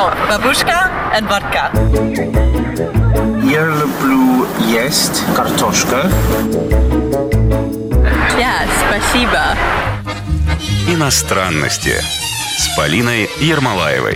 Бабушка and vodka. Я люблю есть картошка. Да, спасибо. Иностранности с Полиной Ермолаевой.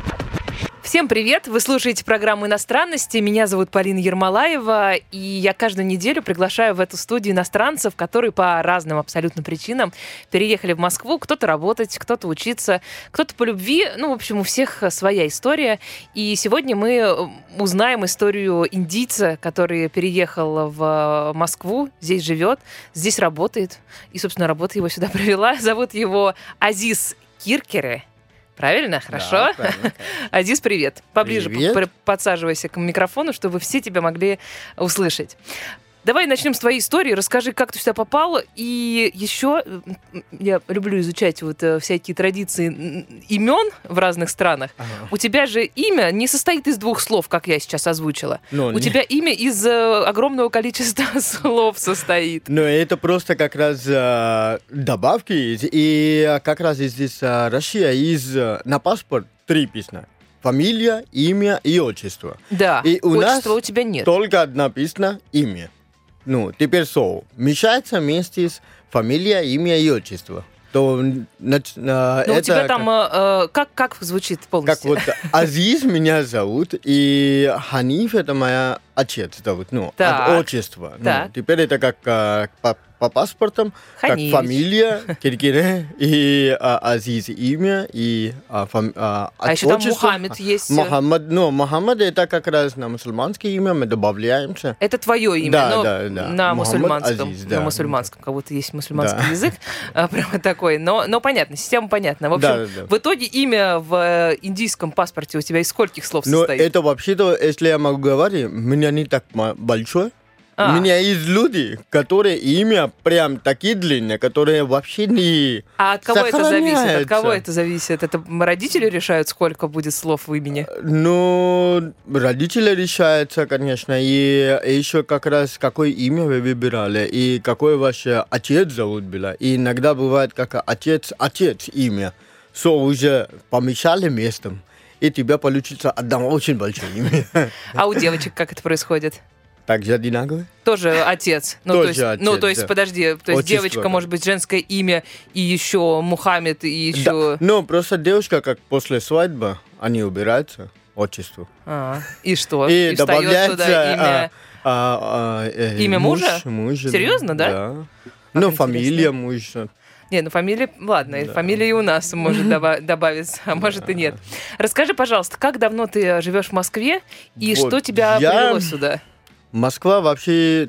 Всем привет! Вы слушаете программу «Иностранности». Меня зовут Полина Ермолаева, и я каждую неделю приглашаю в эту студию иностранцев, которые по разным абсолютно причинам переехали в Москву. Кто-то работать, кто-то учиться, кто-то по любви. В общем, у всех своя история. И сегодня мы узнаем историю индийца, который переехал в Москву, здесь живет, здесь работает. И, собственно, работа его сюда привела. Зовут его Азиз Киркере. Правильно? Хорошо? Да, правильно. Азиз, привет. Поближе Привет. подсаживайся к микрофону, чтобы все тебя могли услышать. Давай начнем с твоей истории. Расскажи, как ты сюда попал. И еще я люблю изучать всякие традиции имен в разных странах. Ага. У тебя же имя не состоит из двух слов, как я сейчас озвучила. У Не. тебя имя из огромного количества слов состоит. Но это просто как раз добавки. И как раз здесь Россия на паспорт 3 писано. Фамилия, имя и отчество. Да, И у нас отчества у тебя нет. только одно написано имя. Теперь мешается вместе с фамилия, имя и отчество. То, Но у тебя там как звучит как полностью? вот Азиз меня зовут, и Ханиф это моя отец зовут, Так. от отчества. Так. Теперь это как по паспортам, Ханиф. как фамилия, Киркире, и Азиз имя, и А еще там Мухаммед есть. Мухаммад это как раз на мусульманское имя, мы добавляемся. Это твое имя, Да, но да. на Мухаммад мусульманском. Азиз, да. На мусульманском, как будто есть мусульманский Да. язык, прямо такой. Но понятно, система понятна. В общем, Да. в итоге имя в индийском паспорте у тебя из скольких слов Но состоит? это вообще-то, если я могу говорить, у меня не так большой. У меня есть люди, которые имя прям такие длинные, которые вообще не А от кого это зависит? От сохраняются. кого это зависит? Это родители решают, сколько будет слов в имени? Родители решаются, конечно, и еще как раз какое имя вы выбирали, и какой ваш отец зовут было. И иногда бывает, как отец имя. Уже помешали местом, и тебя получится одно очень большое имя. А у девочек как это происходит? Так же одинаково? Тоже отец. Тоже отец, то есть, да. подожди, то есть Отчество, девочка да. может быть женское имя, и еще Мухаммед, и еще... Да. Просто девушка, как после свадьбы, они убираются, отчество. И что? И встает добавляется туда имя... Имя мужа? Мужа, Серьезно, да? Да. Как Фамилия интересно. мужа. Не, фамилия... Ладно, Да. фамилия и у нас может добавиться, а может и нет. Расскажи, пожалуйста, как давно ты живешь в Москве, и Вот, что тебя я- привело сюда? Москва вообще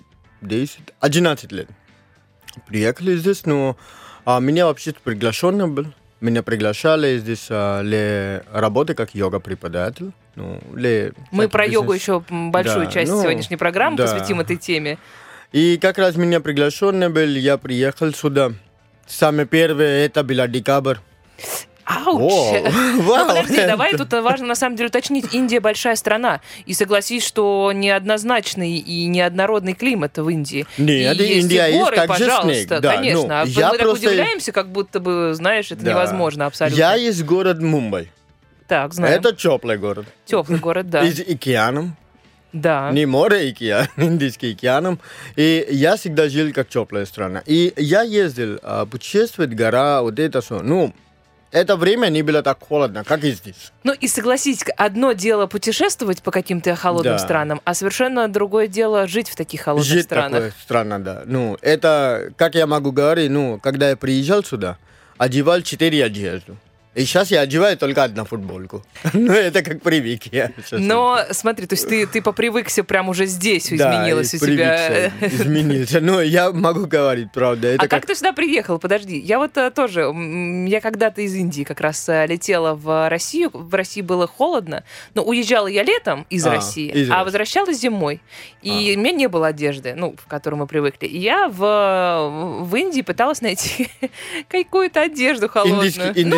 11 лет. Приехали здесь, но меня вообще приглашенный был. Меня приглашали здесь для работы как йога-преподаватель. Мы про йогу еще большую Да, часть сегодняшней программы да. посвятим этой теме. И как раз меня приглашенный был, я приехал сюда. Самое первое, это был декабрь. Ауч! Вау. Подожди, давай тут важно на самом деле уточнить, Индия большая страна. И согласись, что неоднозначный и неоднородный климат в Индии. Нет, и Индия и горы, есть также пожалуйста, снег. Да, конечно. А я мы так просто- удивляемся, как будто бы, знаешь, это Да. невозможно абсолютно. Я из города Мумбай. Так, знаю. Это теплый город. Теплый город, да. Из океаном. Да. Не море, океан, Индийский океаном. И я всегда жил как теплая страна. И я ездил путешествовать, гора, вот это все. Это время не было так холодно, как и здесь. И согласись, одно дело путешествовать по каким-то холодным Да. странам, а совершенно другое дело жить в таких холодных Жить странах. такой страна, да. Это, как я могу говорить, когда я приезжал сюда, одевал 4 одежды. И сейчас я одеваю только одну футболку. Это как привык я. сейчас. Но смотри, то есть ты попривыкся прям уже здесь, Да, изменилось и у тебя. привыкся, изменился. Я могу говорить, правда. Это А как ты сюда приехал? Подожди, я тоже, я когда-то из Индии как раз летела в Россию. В России было холодно, но уезжала я летом из России, из а России. возвращалась зимой. И у меня не было одежды, в которой мы привыкли. И я в Индии пыталась найти какую-то одежду холодную. Индийский зимний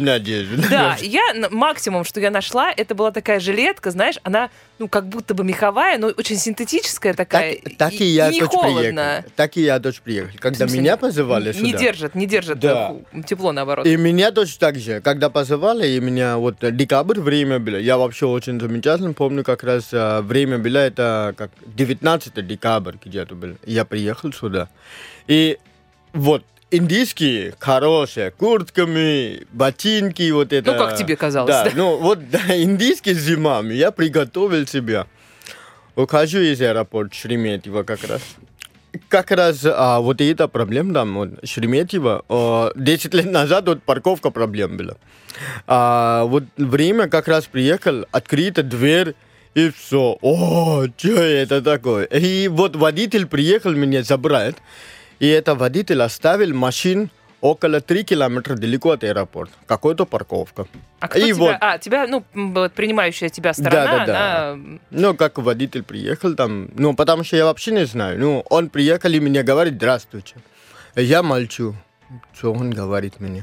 надежду. Да, максимум, что я нашла, это была такая жилетка, знаешь, она, как будто бы меховая, но очень синтетическая такая. Так и я не тоже холодно. приехал. Так и я тоже приехал. Когда меня позывали сюда. Не держит Да. тепло, наоборот. И меня точно так же. Когда позывали, и меня вот декабрь время было, я вообще очень замечательно помню, как раз время было, это как 19 декабря где-то был. Я приехал сюда. И вот индийские, хорошие, куртками, ботинки, вот это. Ну, как тебе казалось, да? да? Индийские зимами я приготовил себя. Ухожу из аэропорта Шереметьево как раз. Как раз вот эта проблема там, вот, Шереметьево, 10 лет назад вот парковка проблем была. Вот время как раз приехал, открыта дверь, и все. О, что это такое? И вот водитель приехал меня забрать, и этот водитель оставил машину около 3 километра далеко от аэропорта. Какой-то парковка. А кто тебя, принимающая тебя сторона, Да. она... Как водитель приехал там, потому что я вообще не знаю. Он приехал и мне говорит «Здравствуйте». Я молчу. Что он говорит мне?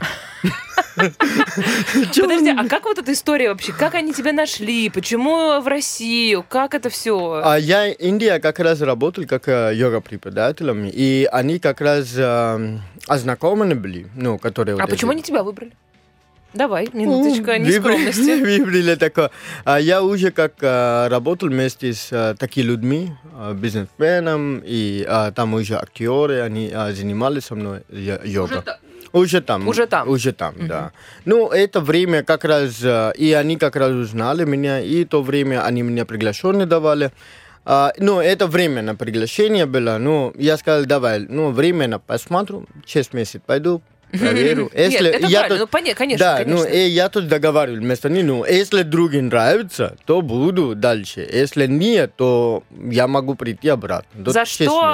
Подожди, а как вот эта история вообще? Как они тебя нашли? Почему в Россию? Как это все? Я в Индии как раз работал как йога-преподавателем, и они как раз ознакомлены были, которые... А почему они тебя выбрали? Давай, минуточка нескромности. Выбрали такое. Я уже как работал вместе с такими людьми, бизнесменом, и там уже актеры, они занимались со мной йогой. Уже там, да. Это время как раз, и они как раз узнали меня, и то время они мне приглашение давали. Это временно приглашение было, я сказал, давай, временно посмотрю, 6 месяцев пойду, проверю. Если нет, это я правильно, конечно. Да, я тут договариваюсь вместо них, если другим нравится, то буду дальше. Если нет, то я могу прийти обратно. За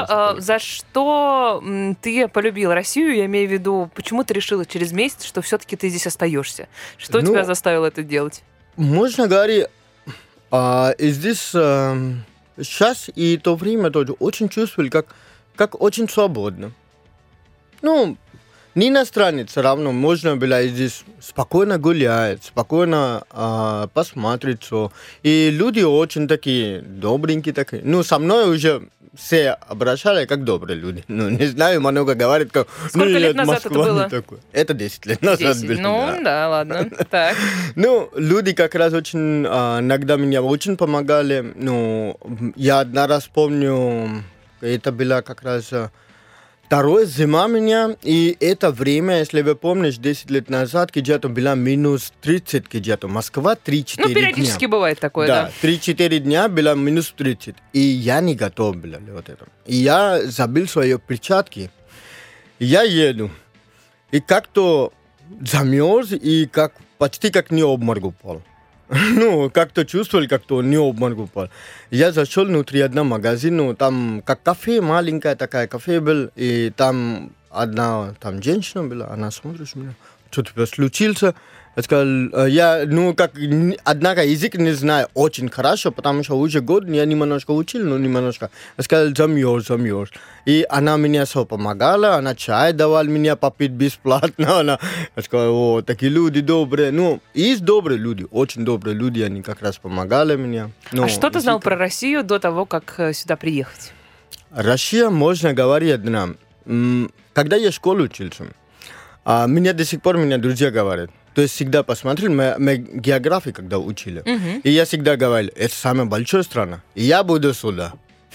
что ты полюбил Россию, я имею в виду, почему ты решила через месяц, что все-таки ты здесь остаешься? Что тебя заставило это делать? Можно говорить, здесь сейчас и то время тоже очень чувствовали, как очень свободно. Не иностранец, все равно можно было здесь спокойно гулять, спокойно посмотреть все. И люди очень такие добренькие такие. Со мной уже все обращали как добрые люди. Не знаю, много говорят, как... Сколько лет назад это было? Это 10 лет назад 10. было. Да, ладно. Так. Люди как раз очень иногда меня очень помогали. Я один раз помню, это было как раз... Вторая зима меня, и это время, если вы помните, 10 лет назад где-то было минус 30 где-то. Москва 3-4 дня. Периодически бывает такое, да. 3-4 дня было минус 30. И я не готов был вот это. И я забыл свои перчатки. Я еду. И как-то замерз, и почти как не обморок упал. Как-то чувствовал, как-то не обморок упал. Я зашел внутри одного магазина, там как кафе, маленькая такая кафе был, и там одна женщина была, она смотрит на меня, что тебе случился? Я сказал, однако язык не знаю очень хорошо, потому что уже год я немножко учил, немножко. Я сказал, замерз. И она мне все помогала, она чай давала мне попить бесплатно. Я сказал, такие люди добрые. Есть добрые люди, очень добрые люди, они как раз помогали мне. Что ты знал про Россию до того, как сюда приехать? Россия, можно говорить одна. Когда я в школе учился, меня до сих пор друзья говорят, то есть всегда посмотрели, мы географию когда учили, и я всегда говорил, это самая большая страна, и я буду сюда.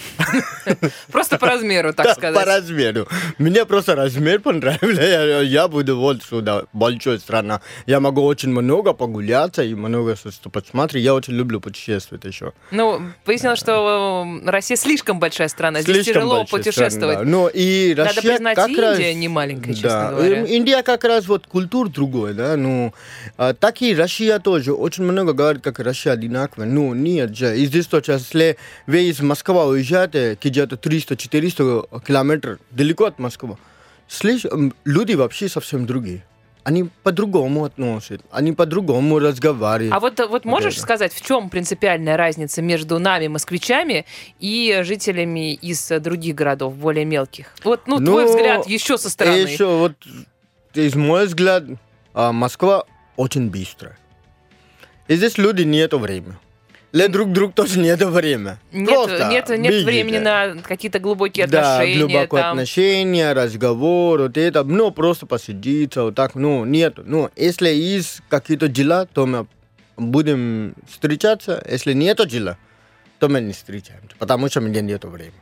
Просто по размеру, так сказать. По размеру. Мне просто размер понравился. Я буду вот сюда, большая страна. Я могу очень много погуляться и много что посмотреть. Я очень люблю путешествовать еще. Выяснилось, что Россия слишком большая страна. Здесь тяжело путешествовать. Страна, да. И Россия, надо признать, как Индия раз, не маленькая, да. честно говоря. Индия как раз вот культура другая, да. Так и Россия тоже. Очень много говорят, как Россия одинаковая. Нет же. И здесь тоже, если вы из Москвы уезжаете, где-то 300-400 километров далеко от Москвы, люди вообще совсем другие. Они по-другому относятся, они по-другому разговаривают. А вот можешь сказать, в чем принципиальная разница между нами, москвичами, и жителями из других городов, более мелких? Твой взгляд еще со стороны. Еще из моего взгляда, Москва очень быстро. И здесь люди нету времени. Для друг тоже нету времени. Нет времени на какие-то глубокие отношения. Да, глубокие отношения, разговор, вот это, просто посидеть, вот так, нету. Если есть какие-то дела, то мы будем встречаться. Если нету дела, то мы не встречаемся, потому что у меня нету времени.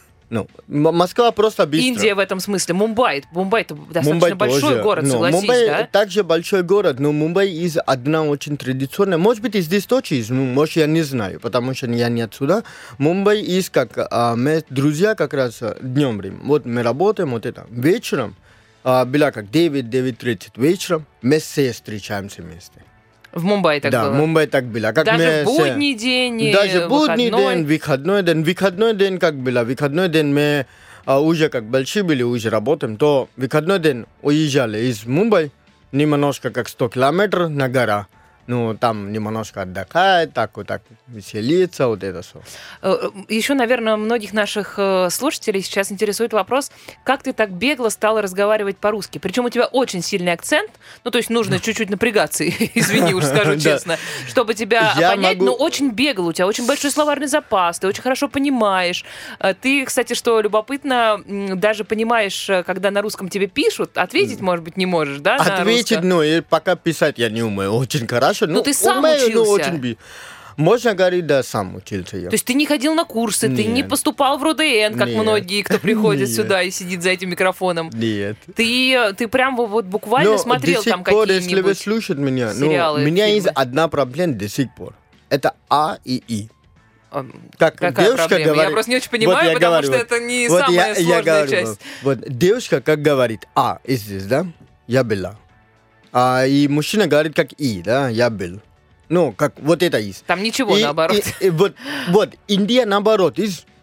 Москва просто быстро. Индия в этом смысле. Мумбай это достаточно большой тоже. город, согласись, Мумбай да? также большой город, но Мумбай из одна очень традиционная. Может быть, и здесь тоже есть, может, я не знаю, потому что я не отсюда. Мумбай есть как мы друзья как раз днем время. Вот мы работаем, вот это. Вечером, было как 9-9:30 вечером, мы все встречаемся вместе. В Мумбаи так было? Да, в Мумбаи так было. Как даже в будний день, даже будний день, выходной день как было. Выходной день мы уже как большие были, уже работаем, то выходной день уезжали из Мумбаи, немножко как 100 километров на гора. Там немножко отдыхает, так веселиться, вот это все. Еще, наверное, многих наших слушателей сейчас интересует вопрос, как ты так бегло стала разговаривать по-русски? Причем у тебя очень сильный акцент, то есть нужно чуть-чуть напрягаться, извини уж скажу честно, чтобы тебя понять, но очень бегло, у тебя очень большой словарный запас, ты очень хорошо понимаешь. Ты, кстати, что любопытно, даже понимаешь, когда на русском тебе пишут, ответить, может быть, не можешь, да? Ответить, пока писать я не умею, очень хорошо. Ты сам учился? Можно говорить, да, сам учился я. То есть ты не ходил на курсы, Нет. ты не поступал в РУДН, как многие, кто приходит Нет. сюда и сидит за этим микрофоном? Нет. Ты прям вот буквально смотрел там какие-нибудь если вы слушаете меня, сериалы, у меня фильмы? есть одна проблема до сих пор. Это А и И. Какая проблема? Я просто не очень понимаю, потому что это не самая сложная часть. Вот девушка как говорит А, и здесь, да? Я была. И мужчина говорит как И, да? Я был. Как вот это есть. Там ничего наоборот. Вот, Индия наоборот.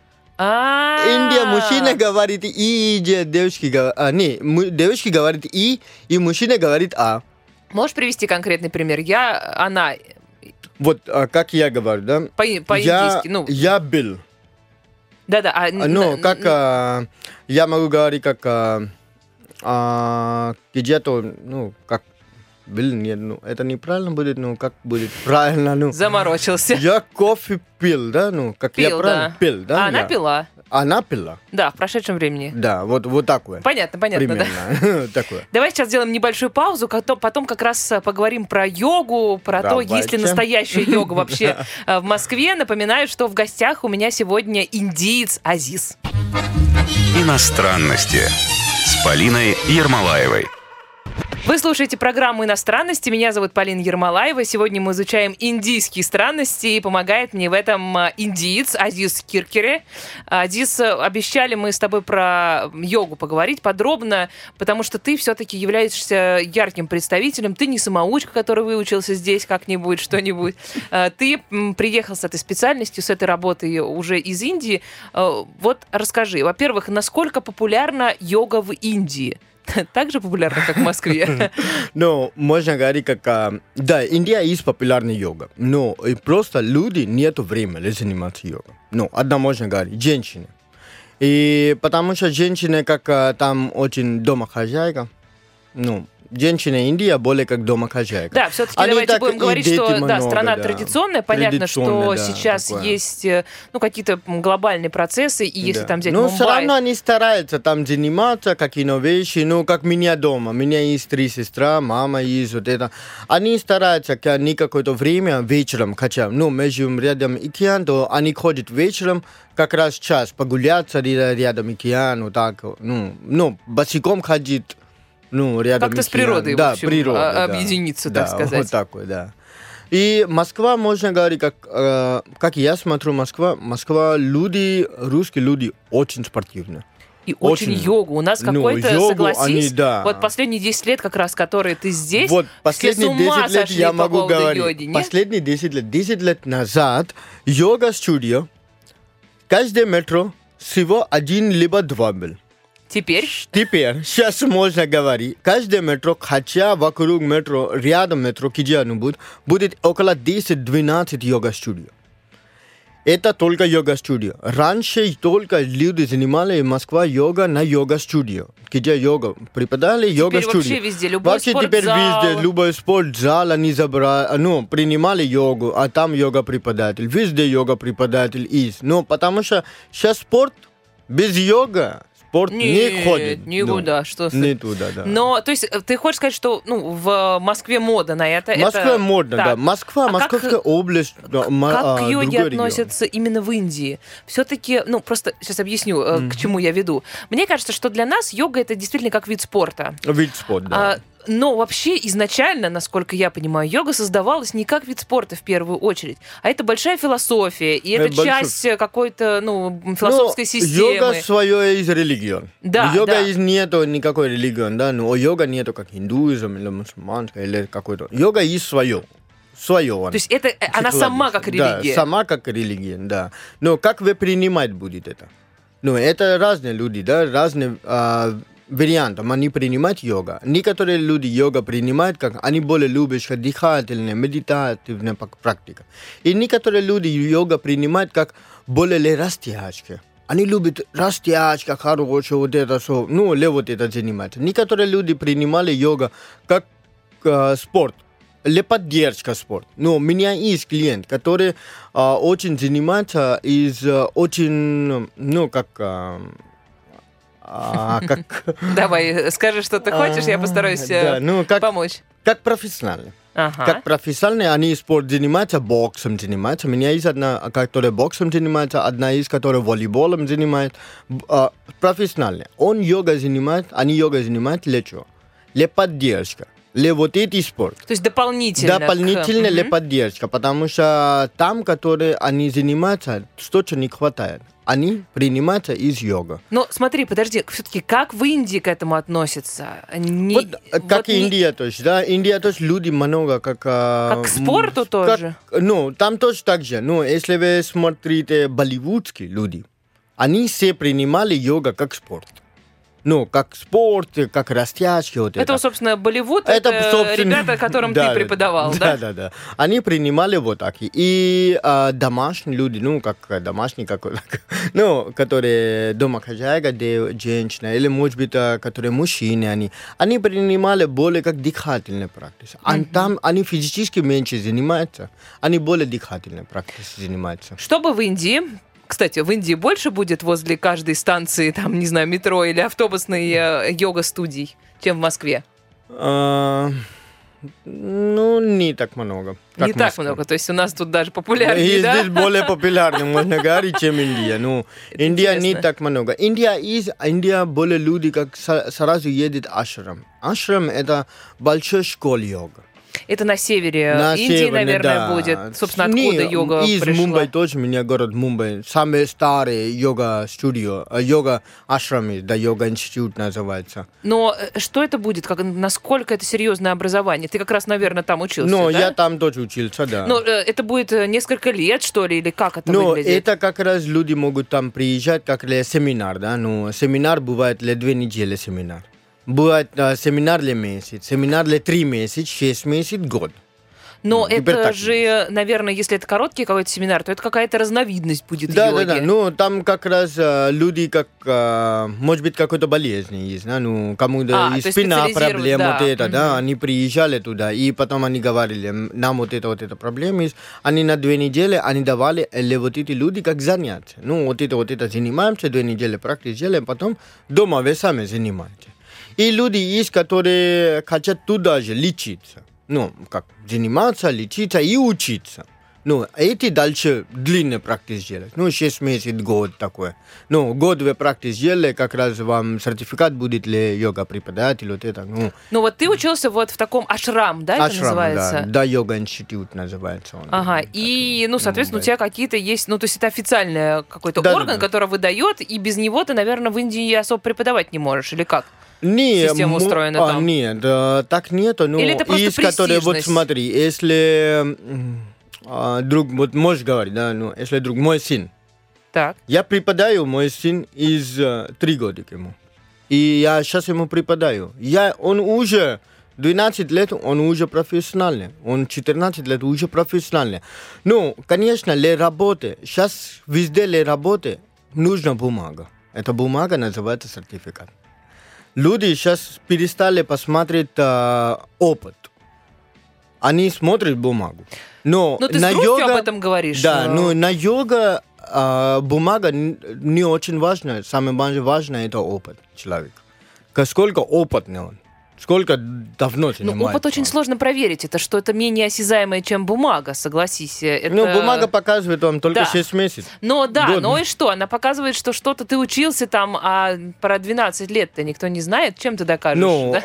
Индия мужчина говорит И, девушки говорит И мужчина говорит А. Можешь привести конкретный пример? Она. Вот как я говорю, да? По-индийски. Я был. Да-да. Как я могу говорить, как где-то, как был, нет, это неправильно будет, как будет правильно, Заморочился. Я кофе пил, да, как пил, я правильно пил, да? Она пила. Она пила. Да, в прошедшем времени. Да, вот такое. Понятно, примерно, да. Такое. Давай сейчас сделаем небольшую паузу, потом как раз поговорим про йогу, про то, есть ли настоящая йога вообще в Москве. Напоминаю, что в гостях у меня сегодня индиец Азиз. Иностранности с Полиной Ермолаевой. Вы слушаете программу «Иностранности». Меня зовут Полина Ермолаева. Сегодня мы изучаем индийские странности, и помогает мне в этом индиец Азиз Киркере. Азиз, обещали мы с тобой про йогу поговорить подробно, потому что ты все-таки являешься ярким представителем. Ты не самоучка, который выучился здесь как-нибудь, что-нибудь. Ты приехал с этой специальностью, с этой работой уже из Индии. Вот расскажи, во-первых, насколько популярна йога в Индии? Так же популярна, как в Москве? Можно говорить, как... Да, Индия есть популярная йога, но просто люди нету времени заниматься йогой. Одна можно говорить, женщины. И потому что женщины, как там очень домохозяйка, женщина Индии более как домохозяйка. Да, все-таки давайте будем говорить, что да, страна традиционная. Понятно, что сейчас такое. Есть какие-то глобальные процессы, и если там взять Мумбай... все равно они стараются там заниматься, какие-то вещи, как меня дома. У меня есть 3 сестры, мама есть, вот это. Они стараются, они какое-то время вечером, хотя, мы живем рядом океан, то они ходят вечером, как раз час погуляться рядом океан, вот так, босиком ходить. Рядом как-то с природой, да, в общем, природа, объединиться, да, так сказать. Вот такой, да. И Москва, можно говорить, как я смотрю, Москва люди, русские люди очень спортивные. И очень йогу. У нас какой-то, йогу, согласись, да. вот последние 10 лет как раз, которые ты здесь, вот последние 10 лет я могу говорить. Йоги, последние 10 лет назад йога-студио, каждое метро всего 1 либо 2 был. Теперь, сейчас можно говорить, каждое метро, хотя вокруг метро, рядом метро, где-нибудь, будет около 10-12 йога-студио. Это только йога-студио. Раньше только люди занимались Москва йога на йога-студио, где йога преподали, йога-студио. Теперь вообще везде, любой вообще спортзал. теперь везде, любой спортзал они забрали, принимали йогу, а там йога-преподаватель. Везде йога-преподаватель есть. Потому что сейчас спорт без йога. Спорт не ходит. Никуда. Что не туда, да. Но, то есть, ты хочешь сказать, что в Москве мода на это? Москва модно, да. Москва, Московская область. Как к йоге относятся именно в Индии? Все-таки, просто сейчас объясню, к чему я веду. Мне кажется, что для нас йога это действительно как вид спорта. Вид спорта, да. Но вообще изначально, насколько я понимаю, йога создавалась не как вид спорта в первую очередь, а это большая философия, и это часть какой-то, философской системы. Йога свое из религии. Да, йога нету никакой религии, да, но йога нету как индуизм или мусульманская, или какой-то. Йога есть свое. То есть это она сама как религия? Да, сама как религия, да. Но как вы принимать будет это? Это разные люди, да, разные вариантом они принимают йога. Некоторые люди йога принимают, как они более любят дыхательная, медитативная практика. И некоторые люди йога принимают как более растяжка. Они любят растяжка, хорошая, вот это все, вот это заниматься. Некоторые люди принимали йога как спорт. Для поддержка спорта. У меня есть клиент, который очень занимается из очень, Давай, скажи, что ты хочешь, я постараюсь помочь. Как профессионально. Ага. Как профессионально они спорт занимаются, боксом занимаются. У меня есть одна, которая боксом занимается, одна из которая волейболом занимается. Профессионально. Они йога занимают для чего? Для поддержки. Для вот эти спорт. То есть дополнительно. Дополнительно для поддержки, потому что там, которые они занимаются, что-то не хватает. Они принимаются из йога. Но смотри, подожди, все-таки как в Индии к этому относятся? Индия тоже, да. Индия тоже люди много как... Как к спорту тоже? Там тоже так же. Если вы смотрите болливудские люди, они все принимали йога как спорт. Как спорт, как растяжки. Вот это, собственно, Болливуд, это ребята, которым ты преподавал, да? Да. Они принимали вот так. И домашние люди, которые домохозяйка, женщина, или, может быть, которые мужчины, они принимали более как дыхательные практики. Там они физически меньше занимаются, они более дыхательной практикой занимаются. Чтобы в Индии... Кстати, в Индии больше будет возле каждой станции, там, не знаю, метро или автобусной йога-студий, чем в Москве? Не так много. Не так много, то есть у нас тут даже популярнее, да? Здесь более популярно, можно говорить, чем Индия. Индия не так много. Индия более люди, как сразу едет ашрам. Ашрам – это большая школа йога. Это на севере Индии, наверное, будет. Собственно, откуда йога из пришла? Мумбаи тоже, у меня город Мумбай. Самые старые йога-студио, йога-ашрамы, да, йога-институт называется. Но что это будет? Насколько это серьезное образование? Ты как раз, наверное, там учился, да? Я там тоже учился, да. Но это будет несколько лет, что ли, или как это выглядит? Это как раз люди могут там приезжать, как для семинар, да. Семинар бывает для 2 недели семинар. Бывает семинар для месяца, семинар для 3 месяца, 6 месяцев, год. Но это же, наверное, если это короткий какой-то семинар, то это какая-то разновидность будет йоги. Да. Там как раз люди, может быть, какой-то болезнь есть, да? Кому-то и спина проблема, да. Они приезжали туда, и потом они говорили, нам вот эта проблема есть. Они на 2 недели, они давали вот эти люди как занятия. Вот это занимаемся, 2 недели практики делаем, потом дома вы сами занимаетесь. И люди есть, которые хотят туда же лечиться. Как заниматься, лечиться и учиться. Эти дальше длинные практики делать. 6 месяцев, год такое. Год вы практики делали, как раз вам сертификат будет для йога-преподавателя. Вот это. Вот ты учился вот в таком ашрам, да, это называется? Да, йога-институт называется он. Ага, и, соответственно, у тебя какие-то есть, то есть это официальный какой-то орган, который выдает, и без него ты, наверное, в Индии особо преподавать не можешь, или как? Система устроена там? Нет, так нету. Или это просто престижность? Вот смотри, если друг, вот можешь говорить, да, если друг, мой сын. Так. Я преподаю, мой сын из 3 года ему. И я сейчас ему преподаю. Он уже 12 лет он уже профессиональный, он 14 лет уже профессиональный. Ну, конечно, для работы, сейчас везде для работы нужна бумага. Эта бумага называется сертификат. Люди сейчас перестали посмотреть опыт. Они смотрят бумагу. Но ты на с грустью йога, об этом говоришь. Да, но на йога бумага не очень важна. Самое важное это опыт человека. Сколько опытный он. Сколько давно занимается. Опыт очень сложно проверить. Это что это менее осязаемое, чем бумага, согласись. Это... бумага показывает вам только 6 месяцев. Но и что? Она показывает, что что-то ты учился там, а про 12 лет-то никто не знает. Чем ты докажешь?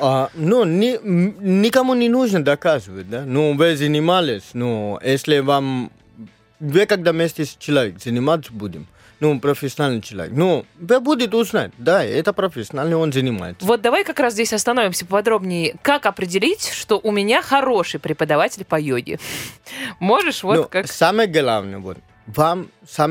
Никому не нужно доказывать. Да? Вы занимались, если вам... Вы когда вместе с человеком заниматься будем, профессиональный человек. Вы будете узнать, да, это профессиональный, он занимается. Вот давай как раз здесь остановимся поподробнее. Как определить, что у меня хороший преподаватель по йоге? Можешь как... Самое главное, вам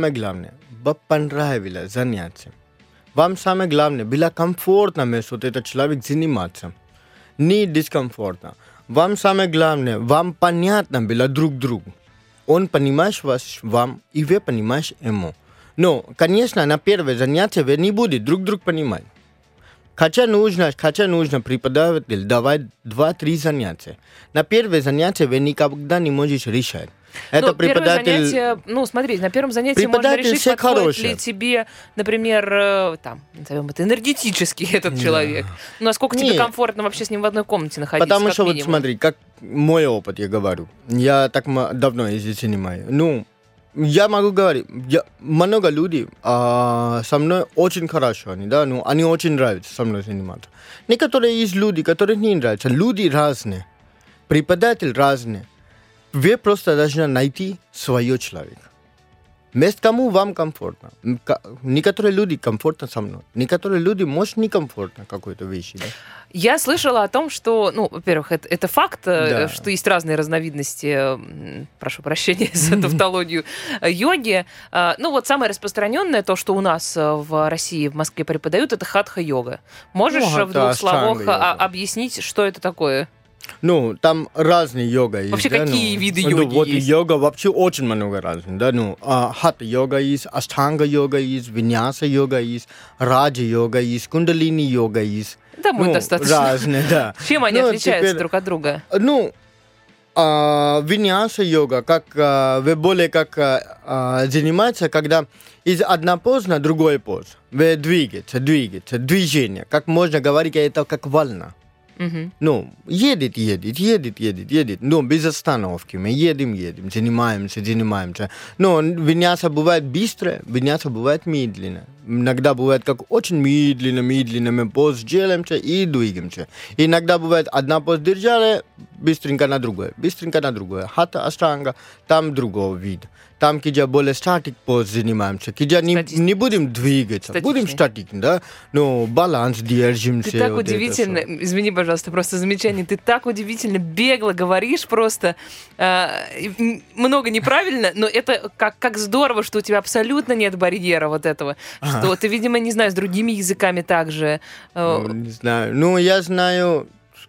понравилось занятие. Вам самое главное, было комфортно вместе этот человек заниматься. Не дискомфортно. Вам самое главное, вам понятно было друг другу. Он понимает вам, и вы понимаете ему. Но, конечно, на первое занятие вы не будете друг друга понимать. Хотя нужно преподаватель давать 2-3 занятия. На первое занятие вы никогда не можете решать. Это преподаватель... Занятие, смотри, на первом занятии можно решить, подходит ли тебе, например, назовем это, энергетически этот человек. Насколько тебе комфортно вообще с ним в одной комнате находиться, потому что, смотри, как мой опыт, я говорю. Я так давно здесь занимаюсь. Я могу говорить, много людей со мной очень хорошо, они очень нравятся со мной заниматься. Некоторые есть люди, которые не нравятся. Люди разные, преподаватели разные. Вы просто должны найти своего человека. Вместо кому вам комфортно. Некоторые люди комфортно со мной, некоторые люди, может, некомфортно какой-то вещи. Да? Я слышала о том, что, во-первых, это факт, что есть разные разновидности, прошу прощения за тавтологию, йоги. Самое распространенное, то, что у нас в России, в Москве преподают, это хатха-йога. Можешь в двух словах объяснить, что это такое? Там разные йога есть. Вообще, какие виды йоги есть? Йога вообще очень много разных. Да? Хатха-йога есть, аштанга-йога есть, виньяса-йога есть, раджа-йога есть, кундалини-йога есть. Домой достаточно. Разные, да. Чем они отличаются друг от друга? Виньяса-йога, вы более занимаетесь, когда из одной позы на другой позу. Вы двигаете, движение. Как можно говорить, это как волна. Едет, но без остановки. Мы едем, занимаемся. Но виньяса бывает быстро, виньяса бывает медленно. Иногда бывает как очень медленно мы поз делаемся и двигаемся. Иногда бывает одна поз держали, быстренько на другое. Хатха, аштанга, там другого вида. Там, где более статик поз занимаемся, где не будем двигаться, будем статично, да? Но баланс держимся. Ты так удивительно, извини, пожалуйста, просто замечание, ты так удивительно бегло говоришь просто, много неправильно, но это как здорово, что у тебя абсолютно нет барьера вот этого, что ты, видимо, не знаю, с другими языками также. Не знаю, я знаю,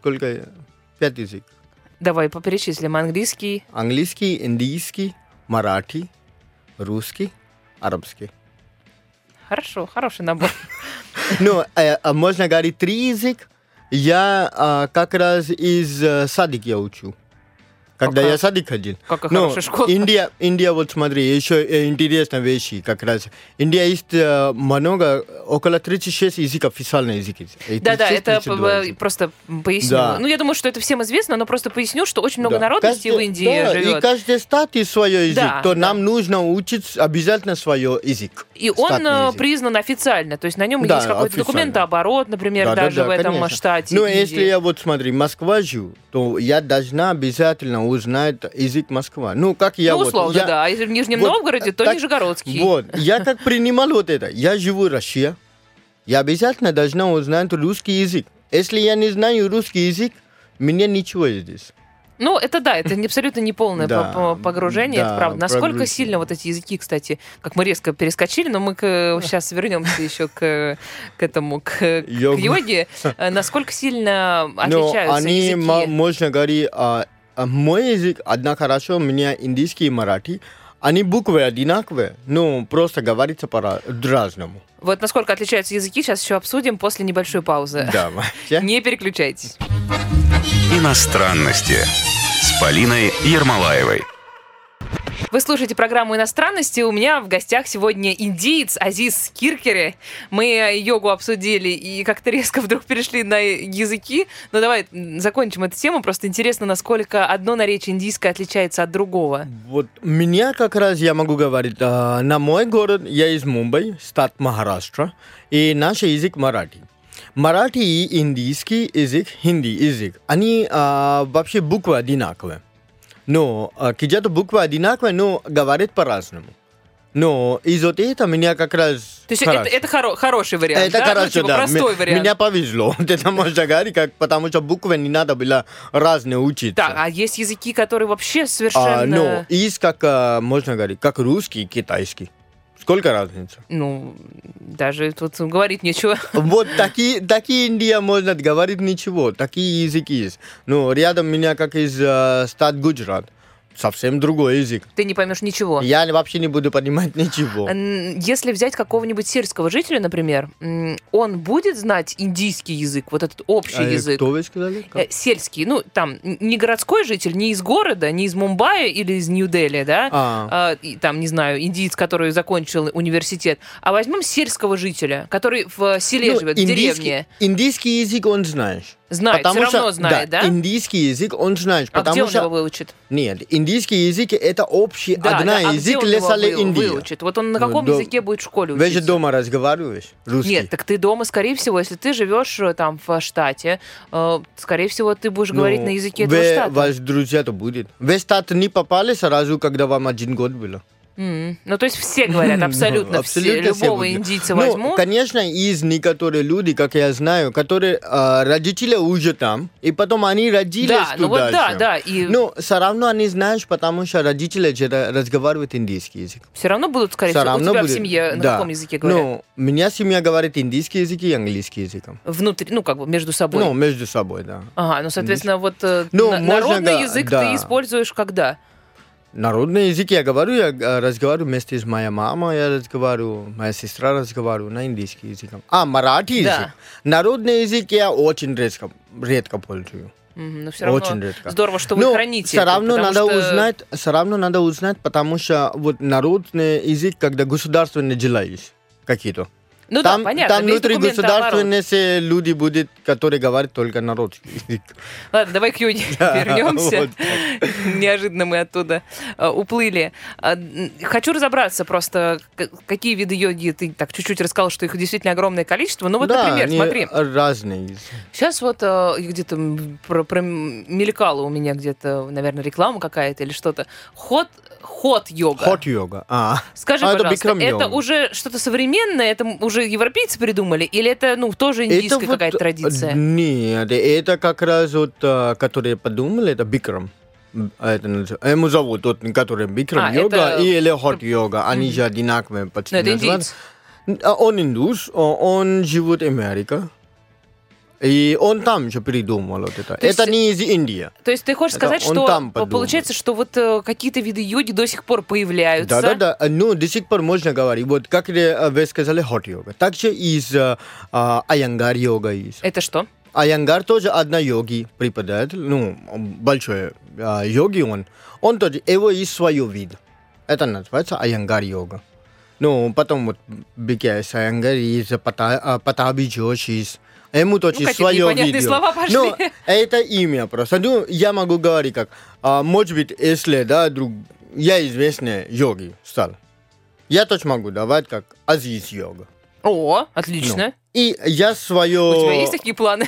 5 языков. Давай поперечислим. Английский, индийский, маратхи, русский, арабский. Хорошо, хороший набор. Можно говорить 3 языка. Я как раз из садика я учу. Когда я в садик ходил. Какая хорошая школа. Индия, вот смотри, еще интересные вещи как раз. Индия есть много, около 36 языков, официальных языков. Да, это просто поясню. Да. Я думаю, что это всем известно, но просто поясню, что очень много народностей в Индии живет. И каждый штат есть свой язык, нам нужно учить обязательно свой язык. И он признан официально, то есть на нем есть какой-то документооборот, например, даже в этом штате. Если я смотри, Москва живу, то я должна обязательно узнать язык Москвы. Как я условно, да. А если в Нижнем Новгороде, то нижегородский. Я как принимал это. Я живу в России. Я обязательно должна узнать русский язык. Если я не знаю русский язык, мне ничего здесь. Ну, это да, это абсолютно не полное Да, погружение, да, это правда. Насколько погружение. сильно вот эти языки, кстати, как мы резко перескочили, но мы сейчас вернемся еще к йоге. Насколько сильно отличаются они, языки? можно говорить, мой язык, одна хорошо, у меня индийский и маратхи, они буквы одинаковые, но просто говорится по-разному. Вот насколько отличаются языки, сейчас еще обсудим после небольшой паузы. Давайте. Не переключайтесь. Иностранности с Полиной Ермолаевой. Вы слушаете программу «Иностранности». У меня в гостях сегодня индиец Азиз Киркере. Мы йогу обсудили и как-то резко вдруг перешли на языки. Но давай закончим эту тему. Просто интересно, насколько одно наречие индийское отличается от другого. Вот меня как раз, я могу говорить, на мой город, я из Мумбаи, штат Махараштра, и наш язык маратхи. Маратхи и индийский язык, хинди язык, они вообще буквы одинаковые. Но где-то буквы одинаковые, но говорят по-разному. Но из-за этого меня как раз... То есть это хороший вариант, это да? хорошо, Ну, типа да. простой вариант. Меня повезло. Это можно говорить, потому что буквы не надо было разные учиться. Да, а есть языки, которые вообще совершенно... Ну, есть, как можно говорить, как русский и китайский. Сколько разницы? Ну, даже тут говорить нечего. Вот такие Индия можно говорить ничего. Такие языки есть. Ну, рядом меня, как из штат Гуджарат. Совсем другой язык. Ты не поймешь ничего. Я вообще не буду понимать ничего. Если взять какого-нибудь сельского жителя, например, он будет знать индийский язык, вот этот общий язык? Кто вы сказали? Сельский. Ну, там, не городской житель, не из города, не из Мумбаи или из Нью-Дели, да? Там, не знаю, индиец, который закончил университет. А возьмем сельского жителя, который в селе живет, в деревне. Индийский язык он знает. Знает, все равно знает, да? Индийский язык он знает. А где он его выучит? Нет, индийский язык это общий, язык для целой Индии. Выучит? Вот он на каком языке будет в школе учиться? Вы же дома разговариваешь русский? Нет, так ты дома, скорее всего, если ты живешь там в штате, скорее всего, ты будешь говорить на языке этого штата. Ваши друзья-то будет. Вы в штат не попали сразу, когда вам 1 год было? Ну, то есть все говорят, абсолютно все. Любого индийца возьмут. Ну, конечно, есть некоторые люди, как я знаю, которые родители уже там, и потом они родились туда. Ну вот да. Но все равно они знают, потому что родители разговаривают индийский язык. Все равно будут, скорее всего, у тебя в семье на каком языке говорят? Ну, у меня семья говорит индийский язык и английский язык. Внутри, ну, как бы между собой? Ну, между собой, да. Ага, ну, соответственно, вот народный язык ты используешь когда? Народный язык я говорю, я разговариваю вместе с моей мамой, я разговариваю, моя сестра разговаривает на индийском языке. маратхи язык. Народный язык я очень редко пользую. Но все равно очень редко. Здорово, что вы храните. Все равно надо узнать, потому что вот народный язык, когда государственные дела есть какие-то. Ну там, да, понятно. Там внутри государственные люди будут, которые говорят только народский язык. Ладно, давай к йоге вернемся. Неожиданно мы оттуда уплыли. Хочу разобраться просто, какие виды йоги. Ты так чуть-чуть рассказал, что их действительно огромное количество. Ну вот, например, смотри. Разные. Сейчас вот где-то промелькала у меня где-то, наверное, реклама какая-то или что-то. Хот-йога. Хот-йога. Скажи, пожалуйста, это уже что-то современное? Это уже европейцы придумали? Или это, тоже индийская какая-то традиция? Нет, это как раз вот, которые подумали, это Бикрам. Ему зовут тот, который Бикрам йога или хот-йога. Они же одинаковые почти. Но это индийец. Он индус, он живет в Америке. И он там же придумал вот это. Это не из Индии. То есть ты хочешь сказать, что получается, что вот какие-то виды йоги до сих пор появляются? Да. Ну, до сих пор можно говорить. Вот как вы сказали, хот-йога. Также из Айянгар йога есть. Это что? Айянгар тоже одна йоги преподаватель, большой йоги он тоже, его есть свой вид. Это называется Айянгар йога. Потом вот BKS Айянгар есть, Патаби Джош есть. Ему точно свое видео. Слова пошли. Это имя просто. Я могу говорить как, может быть, если, я известный йоги стал. Я точно могу давать как Азиз йога. О, отлично. И я свое... У тебя есть такие планы?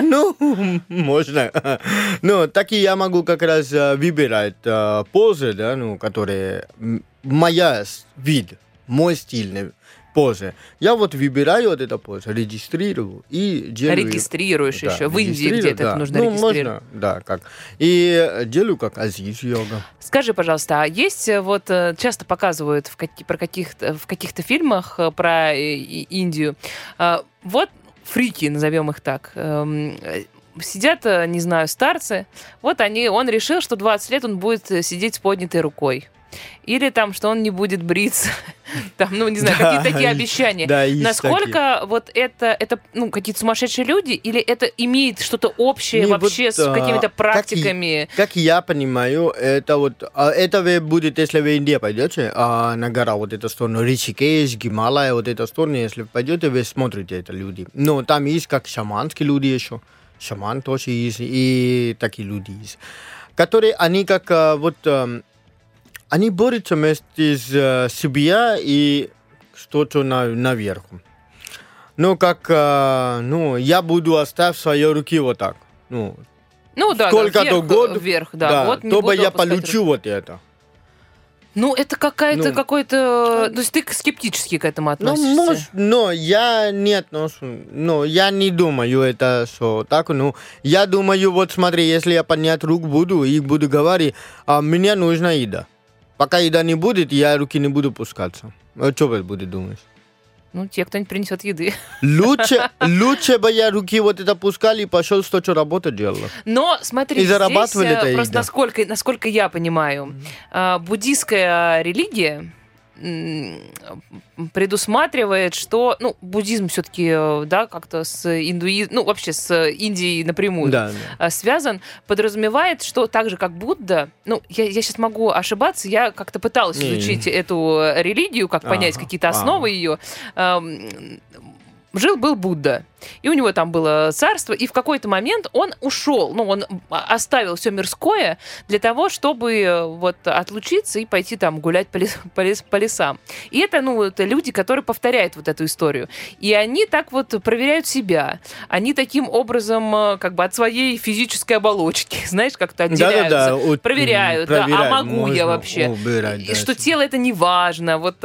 Можно. Такие я могу как раз выбирать позы, которые моя вид, мой стиль позы. Я вот выбираю вот эту позу, регистрирую и делаю... Регистрируешь Да, еще. В Индии регистрирую, где-то да. это нужно Ну, регистрировать. можно, да, как. И делаю как азиз-йога. Скажи, пожалуйста, а есть вот часто показывают в каких-то фильмах про Индию, вот фрики, назовем их так, сидят, не знаю, старцы, вот он решил, что 20 лет он будет сидеть с поднятой рукой. Или там, что он не будет бриться. Там, ну, не знаю, Да, какие-то такие обещания. да, есть Насколько вот это ну, какие-то сумасшедшие люди, или это имеет что-то общее Не, вообще вот, с какими-то практиками? Как я понимаю, это вот... Это будет, если вы в Индию пойдете, на гора вот эту сторону, Ришикеш, Гималая, вот эту сторону, если вы пойдете, вы смотрите это люди. Но там есть как шаманские люди еще. Шаман тоже есть, и такие люди есть. Которые, они как вот... Они борются вместе с себя и что-то наверху. Ну, как, я буду оставить свои руки вот так. Ну да, сколько-то год, вверх, да. Вот не чтобы буду я опускать получу руки. вот это. Ну, это какой-то... То есть ты скептически к этому относишься? Но я не отношусь, я не думаю это, что так, я думаю, вот смотри, если я поднять руку буду и буду говорить, мне нужна еда. Пока еда не будет, я руки не буду пускаться. Что вы будете думать? Ну, те, кто-нибудь принесет еды. Лучше бы я руки вот это пускал и пошел что работу делал. Но смотри, И зарабатывали здесь это просто насколько я понимаю, буддийская религия предусматривает, что, буддизм все-таки, да, как-то с индуизмом, вообще с Индией напрямую связан, подразумевает, что так же, как Будда, я сейчас могу ошибаться, я как-то пыталась изучить эту религию, как понять какие-то основы ее. Жил-был Будда, и у него там было царство, и в какой-то момент он ушел, он оставил все мирское для того, чтобы вот отлучиться и пойти там гулять по лесам. И это, это люди, которые повторяют вот эту историю. И они так вот проверяют себя. Они таким образом как бы от своей физической оболочки, знаешь, как-то отделяются. Проверяют, а могу я вообще? И что тело это не важно, вот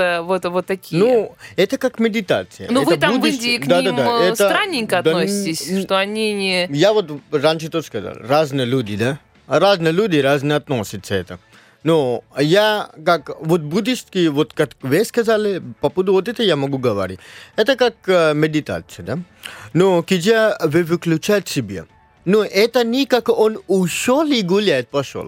такие. Это как медитация. Но вы там в Индии к ним странненько относитесь, что они не... Я вот раньше тоже сказал, разные люди, да? Разные люди разные относятся к этому. Но я как вот буддистский, вот как вы сказали, по поводу вот это я могу говорить. Это как медитация, да? Но когда вы выключаете себя, это не как он ушел и гулять пошел.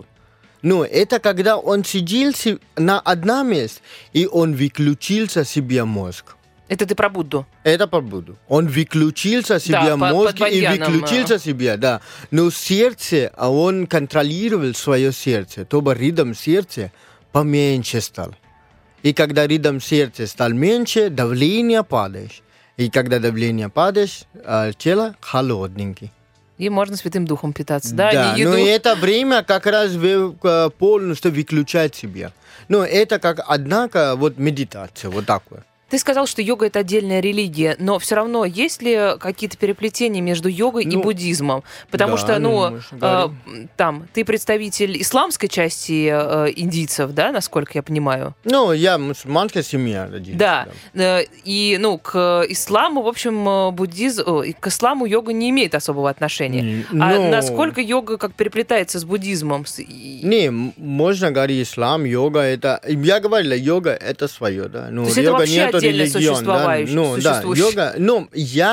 Это когда он сидел на одном месте, и он выключился себе мозг. Это ты про Будду? Это про Будду. Он выключился себе мозг и выключился себе, да. Но сердце, он контролировал свое сердце, чтобы ритм сердца поменьше стал. И когда ритм сердца стал меньше, давление падает. И когда давление падает, тело холодненькое. И можно Святым Духом питаться, да? Да, не еду. но это время как раз вы полностью выключаете себя. Это как, однако, вот медитация, вот такое. Ты сказал, что йога – это отдельная религия, но все равно есть ли какие-то переплетения между йогой и буддизмом? Потому что, там, ты представитель исламской части индийцев, да, насколько я понимаю? Я мусульманская семья родилась. Да, и, к исламу, в общем, к исламу йога не имеет особого отношения. А насколько йога как переплетается с буддизмом? Не, можно говорить, ислам, йога, это... Я говорил, йога – это свое, да. То есть это вообще отдельно существующее. Да, йога,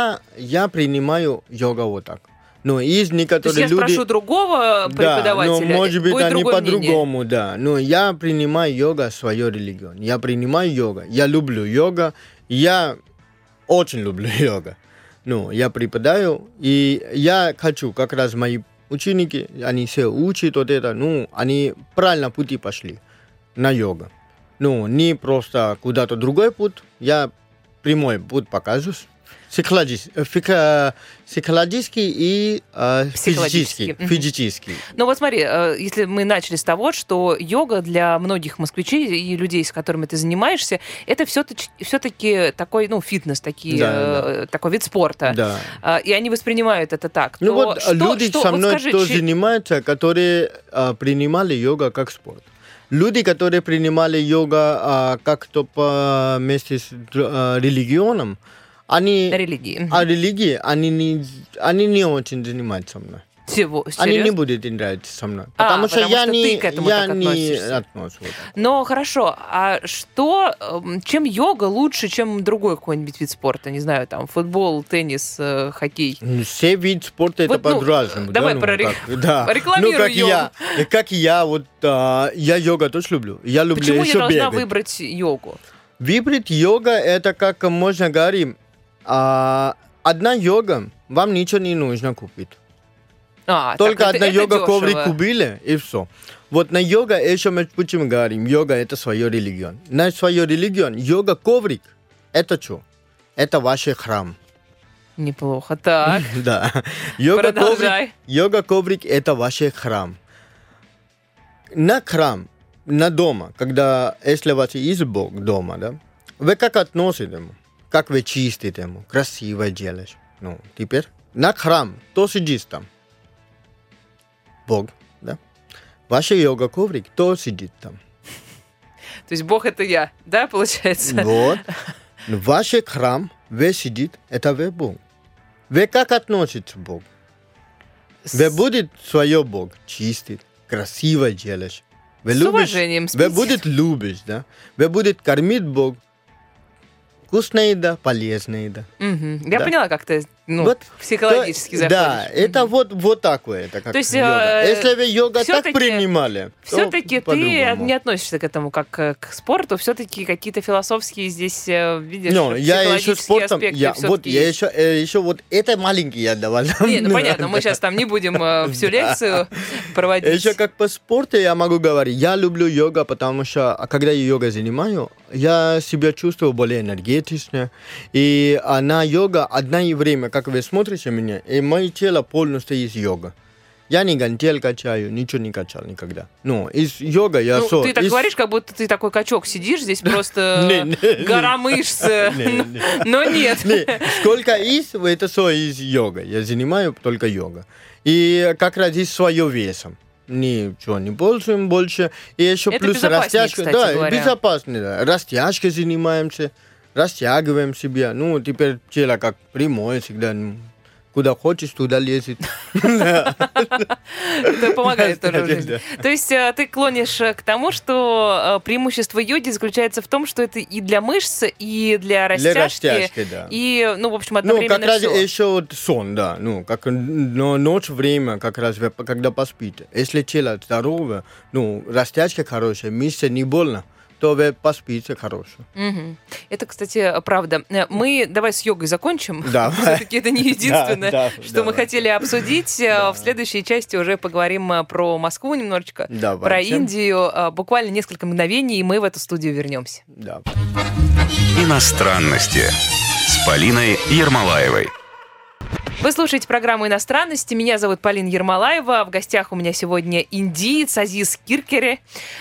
я принимаю йога вот так. Есть некоторые люди... То есть я спрошу другого преподавателя, может быть, будет они по-другому, мнение. да. Но я принимаю йога свою религию. Я принимаю йога. Я люблю йога. Я очень люблю йога. Я преподаю, и я хочу, как раз мои ученики, они все учат вот это, они правильно пути пошли на йогу. Не просто куда-то другой путь, я прямой путь покажу. Психологический и физический. Ну вот смотри, если мы начали с того, что йога для многих москвичей и людей, с которыми ты занимаешься, это все-таки такой, фитнес, такой вид спорта. Да. И они воспринимают это так. Люди со мной тоже занимаются, которые принимали йога как спорт. Люди, которые принимали йога как-то вместе с религионом, религии, они не очень занимаются со мной. Они не будут нравиться со мной. Потому что я не отношусь. Но хорошо, а чем йога лучше, чем другой какой-нибудь вид спорта? Не знаю, там, футбол, теннис, хоккей. Все виды спорта это по-разному. Давай рекламируй йогу. Как я йога тоже люблю. Я люблю Почему еще я бегать. должна выбрать йогу? Выбрать йога, это как можно говорить, одна йога, вам ничего не нужно купить. Только одна йога коврик купили, и все. Вот на йога еще мы почему говорим, йога это свое религион. На свое религион йога коврик, это что? Это ваш храм. Неплохо, так. Да. Продолжай. Йога коврик это ваш храм. На храм, на дома, если у вас есть Бог дома, да, вы как относитесь ему? Как вы чистите ему? Красиво делаешь. Теперь на храм, кто сидит там? Бог, да? Ваш йога-коврик, кто сидит там? То есть Бог это я, да, получается? Вот. Ваш храм, вы сидит, это вы Бог. Вы как относитесь к Богу? Вы будете свое Бог чистить, красиво делать. Вы с уважением спите. Вы будете любить, да? Вы будете кормить Бог. Вкусная еда, полезная еда. Я поняла, как ты психологически заходишь. Да, это вот такое. Это как то есть, йога. Если вы йога так принимали, все-таки ты не относишься к этому как к спорту, все-таки какие-то философские здесь, видишь, я еще спортом, аспекты я еще вот это маленький я давал. Понятно, мы сейчас там не будем всю лекцию проводить. Еще как по спорту я могу говорить, я люблю йога, потому что когда я йогой занимаюсь, я себя чувствую более энергетично, и на йога одно время, как вы смотрите меня, и мое тело полностью из йога. Я не гантель качаю, ничего не качал никогда. Из йога я ты так говоришь, как будто ты такой качок сидишь, здесь просто гора мышц. Но нет. Сколько есть, это все из йога. Я занимаю только йога. И как раз из своего веса. Ничего не пользуем больше. И еще это плюс растяжка. Да, безопасно. Да. Растяжкой занимаемся. Растягиваем себя. Теперь тело как прямое всегда. Куда хочешь, туда лезет. Это помогает тоже в жизни. То есть ты клонишь к тому, что преимущество йоги заключается в том, что это и для мышц, и для растяжки. Для растяжки, да. И, в общем, одновременно как раз все. еще сон, да. Как ночь время, как раз, когда поспите. Если тело здоровое, растяжка хорошая, мышцы не больно, то вы поспите хорошо. Это, кстати, правда. Мы давай с йогой закончим. Да. Все-таки это не единственное, что мы хотели обсудить. В следующей части уже поговорим про Москву немножечко, про Индию. Буквально несколько мгновений, и мы в эту студию вернемся. Да. Иностранности с Полиной Ермолаевой. Вы слушаете программу «Иностранности». Меня зовут Полина Ермолаева. В гостях у меня сегодня индиец Азиз Киркери.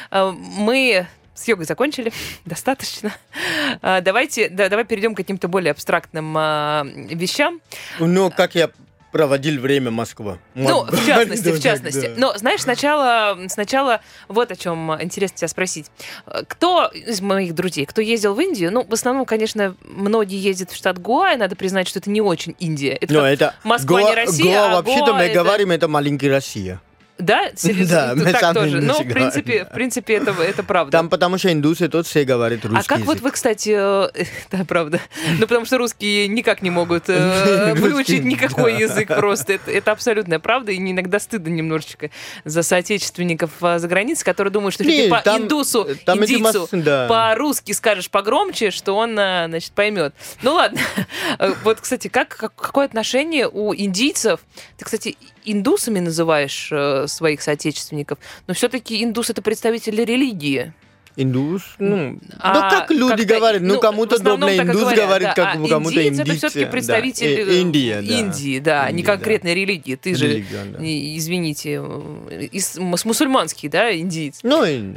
Мы с йогой закончили, достаточно. Давай перейдем к каким-то более абстрактным вещам. Как я проводил время в Москве. В частности. Да. Но, знаешь, сначала вот о чем интересно тебя спросить. Кто из моих друзей, кто ездил в Индию, в основном, конечно, многие ездят в штат Гоа, и надо признать, что это не очень Индия. Это Москва, не Россия, Гоа, вообще-то мы говорим, это маленькая Россия. Да? Да, мы так сами тоже. индусы В принципе, это правда. Там потому что индусы тут все говорят русский язык. А как вот вы, кстати, да, правда, потому что русские никак не могут выучить никакой язык просто. Это абсолютная правда, и иногда стыдно немножечко за соотечественников за границей, которые думают, что если ты по индийцу по-русски скажешь погромче, что он, значит, поймет. Ну ладно. Вот, кстати, какое отношение у индийцев? Ты, кстати, индусами называешь своих соотечественников, но все-таки индус — это представители религии. Индус? Как люди говорят, кому-то удобно индус говорит, как кому-то индийцы. Это все-таки представитель Индии, да, не конкретной религии. Ты же, извините, мусульманский, да, индиец.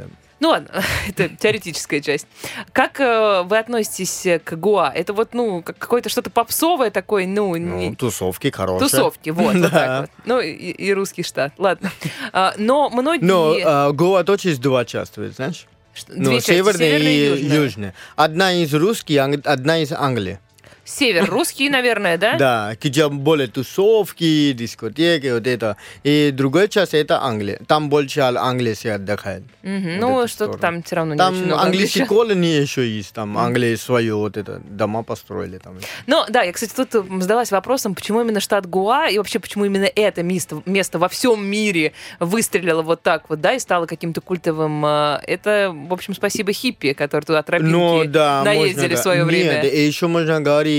Ну ладно, это теоретическая часть. Как вы относитесь к Гоа? Это вот, какое-то что-то попсовое такое, Тусовки хорошие. Тусовки, вот так вот. Ну, и русский штат, ладно. Но многие... Но Гоа тоже есть два части, знаешь? Две части, северная и южная. южная. Одна из русских, одна из Англии. Север русский, наверное, да? Да, где более тусовки, дискотеки, вот это. И другая часть это Англия. Там больше Англия все отдыхает. Ну, что-то там все равно не там очень много английские англичан. колонии еще есть, там Англия свою вот это дома построили там. Ну, да, я, кстати, тут задалась вопросом, почему именно штат Гоа и вообще почему именно это место во всем мире выстрелило вот так вот, да, и стало каким-то культовым. Это, в общем, спасибо хиппи, которые туда тропинки наездили в свое время. Нет, и еще можно говорить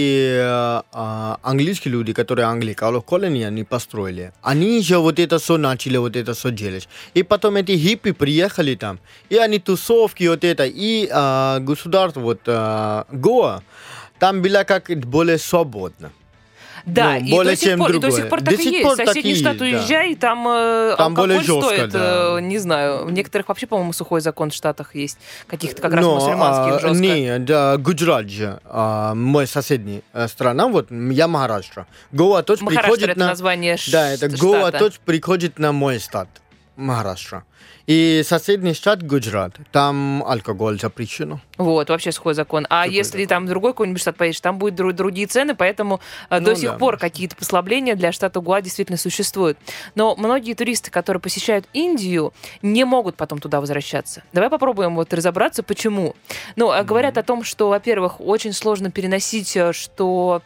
английские люди, которые Англии, колонии они построили. Они же вот это все начали, вот это все делать. И потом эти хиппи приехали там, и они тусовки, вот это, и государство, вот Гоа, там было как более свободно. Да, Ну, и более до сих чем пор, другое. до сих пор До так и сих есть. пор В соседний так и штат есть, да. уезжай, и там Там более алкоголь жестко, стоит, да. не знаю, в некоторых вообще, по-моему, сухой закон в Штатах есть, каких-то как раз мусульманских жестко. Нет, да, Гуджарат же, мой соседний страна, вот я Махараштра. Гоа тоже Махараштра приходит это на... название Да, это штата. Гоа тоже приходит на мой штат, Махараштра. И соседний штат Гуджарат, там алкоголь запрещено. Вот, вообще сухой закон. А Сухой если закон. там в другой какой-нибудь штат поедешь, там будут другие цены, поэтому до сих да. пор какие-то послабления для штата Гоа действительно существуют. Но многие туристы, которые посещают Индию, не могут потом туда возвращаться. Давай попробуем вот разобраться, почему. Ну, говорят о том, что, во-первых, очень сложно переносить, что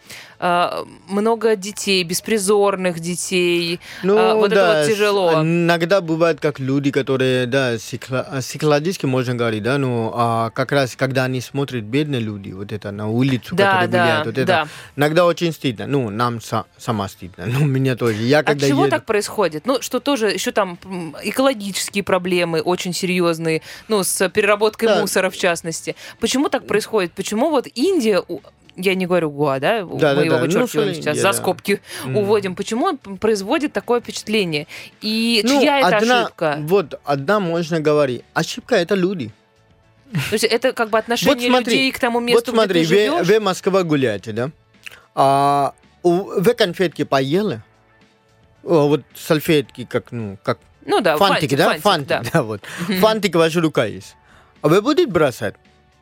много детей, беспризорных детей. Вот это вот тяжело. Иногда бывает, как люди, которые, да, психологически можно говорить, да, но как раз, когда они смотрят бедные люди, вот это на улицу, Да, которые влияют, вот это, иногда очень стыдно. Ну, нам сама стыдно, ну, меня тоже. Я, От чего еду... так происходит? Ну, что тоже, еще там экологические проблемы очень серьезные, ну, с переработкой мусора, в частности. Почему так происходит? Почему вот Индия... Я не говорю Гоа, да? Мы его вычеркиваем сейчас, за скобки уводим. Почему он производит такое впечатление? И чья это ошибка? Вот одна можно говорить. Ошибка — это люди. То есть это как бы отношение людей к тому месту, вот смотри, где ты живешь? вы в Москве гуляете, да? Вы конфетки поели? Вот салфетки, как Ну да, фантики, да? Фантик, да, вот. Фантик ваша рука есть. А вы будете бросать?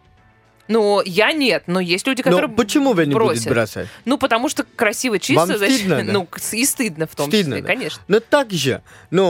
Ну, я нет, но есть люди, которые почему вы не будете бросать? Ну, потому что красиво, чисто. Вам стыдно, да? Ну, и стыдно в том числе, да. конечно. Но так же,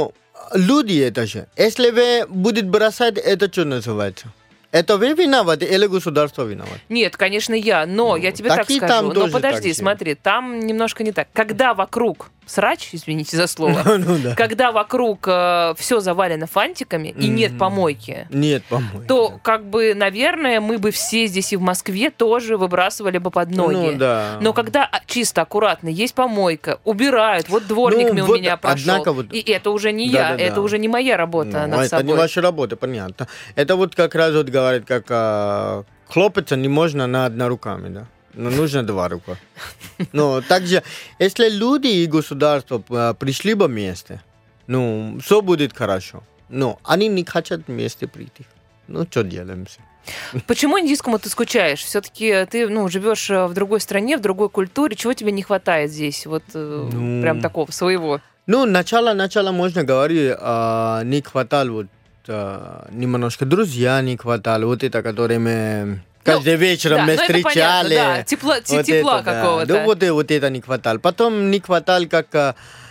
люди это же. Если вы будете бросать, это что называется? Это вы виноваты или государство виновато? Нет, конечно, я, но я тебе так так и скажу. там Но тоже подожди, так же. смотри, там немножко не так. Когда вокруг срач, извините за слово, да. когда вокруг все завалено фантиками и нет помойки, Нет помойки. то, как бы, наверное, мы бы все здесь и в Москве тоже выбрасывали бы под ноги. Ну, да. Но когда чисто, аккуратно, есть помойка, убирают, вот дворник у меня прошел, и это уже не я, Да-да-да. это уже не моя работа над это собой. не ваша работа, понятно. Это вот как раз вот говорит, как хлопаться не можно на одна руками, да? Но нужно два рука. Но также, если люди и государство пришли бы вместе, все будет хорошо. Но они не хотят вместе прийти. Что делаем? Почему индийскому ты скучаешь? Все-таки ты живешь в другой стране, в другой культуре. Чего тебе не хватает здесь? Вот прям такого своего. Начало можно говорить, не хватало немножко друзья не хватало, вот это, которые мы каждый вечер мы встречали. Да, тепла какого-то. Да, вот это не хватало. Потом не хватало как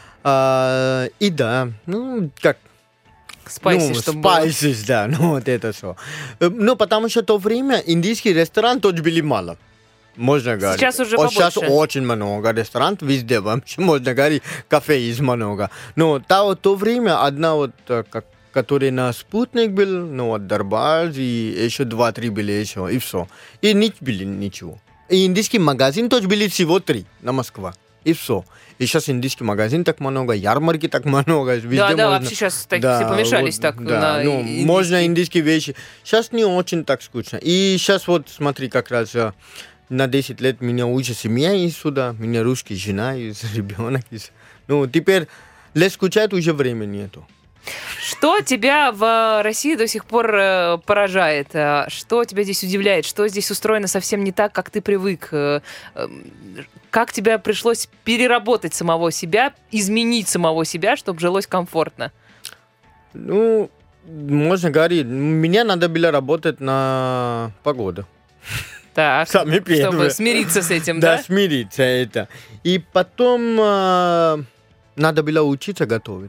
еда, как спайси, чтобы было. Спайсис, да, вот это все. Потому что в то время индийский ресторан тоже были мало. Можно говорить. Сейчас уже побольше. Сейчас очень много ресторанов везде, вообще можно говорить, кафе есть много. Но в то время одна вот, который на спутник был, Дарбаз, и еще 2-3 были еще, и все. И не были ничего. И индийский магазин тоже были всего 3 на Москве. И все. И сейчас индийский магазин так много, ярмарки так много. Везде да, можно... вообще сейчас все помешались так да, на можно индийские вещи. Сейчас не очень так скучно. И сейчас вот смотри, как раз на 10 лет меня уже семья есть сюда, у меня русская жена есть, ребенок есть. Теперь для скучать уже времени нету. Что тебя в России до сих пор поражает? Что тебя здесь удивляет? Что здесь устроено совсем не так, как ты привык? Как тебе пришлось переработать самого себя, изменить самого себя, чтобы жилось комфортно? Ну, можно говорить, мне надо было работать на погоду. Так, Сами первые. чтобы смириться с этим, да? Да, смириться это. И потом надо было учиться готовить.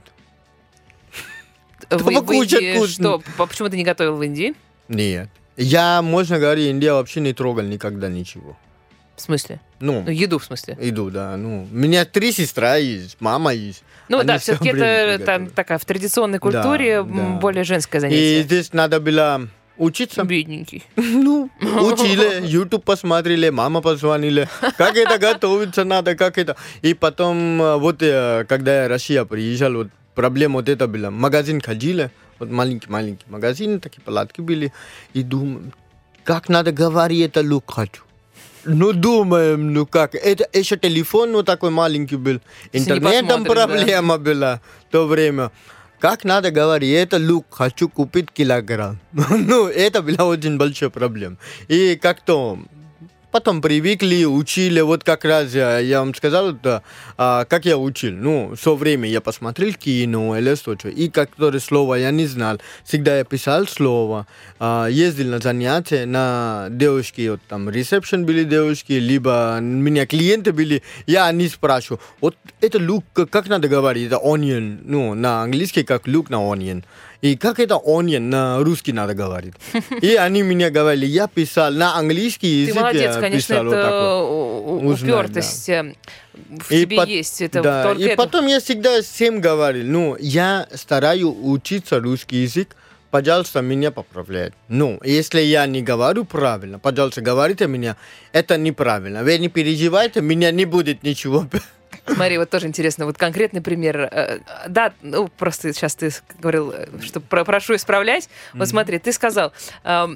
В Индии что? Почему ты не готовил в Индии? Нет. Я, можно говорить, Индия вообще не трогал никогда ничего. В смысле? Ну, еду в смысле? Еду, да. Ну, у меня 3 сестра есть, мама есть. Ну Они да, всё все-таки время это приготовят. такая в традиционной культуре Да. более женское И занятие. здесь надо было учиться. Бедненький. Ну, учили, YouTube посмотрели, мама позвонили. Как это готовиться надо, как это. И потом, вот когда я в Россию приезжал, вот проблема вот это была. В магазин ходили, вот маленький магазин, такие палатки были. И думаю, как надо говорить это лук хочу. Ну, думаем, ну как. Это еще телефон вот такой маленький был. Интернетом проблема была в то время. Как надо говорить, это лук, хочу купить килограмм. Ну, это была очень большая проблема. И как-то потом привыкли, учили. Вот как раз я вам сказал, это, как я учил. Ну, все время я посмотрел кино или что-то. И которое слово я не знал. Всегда я писал слово. Ездил на занятия, на девушки, вот там ресепшн были девушки, либо у меня клиенты были. Я не спрашиваю, вот это лук, как надо говорить? Это onion. Ну, на английский как лук на onion. И как это onion на русский надо говорить. И они меня говорили, я писал на английский язык. Ты молодец, конечно, писал, это вот упертость в и тебе есть. Это да, только и это. потом я всегда всем говорил, ну, я стараюсь учиться русский язык, пожалуйста, меня поправляйте. Ну, если я не говорю правильно, пожалуйста, говорите меня, это неправильно. Вы не переживайте, меня не будет ничего. Смотри, вот тоже интересно, вот конкретный пример. Да, ну, просто сейчас ты говорил, что прошу исправлять. Вот смотри, ты сказал, я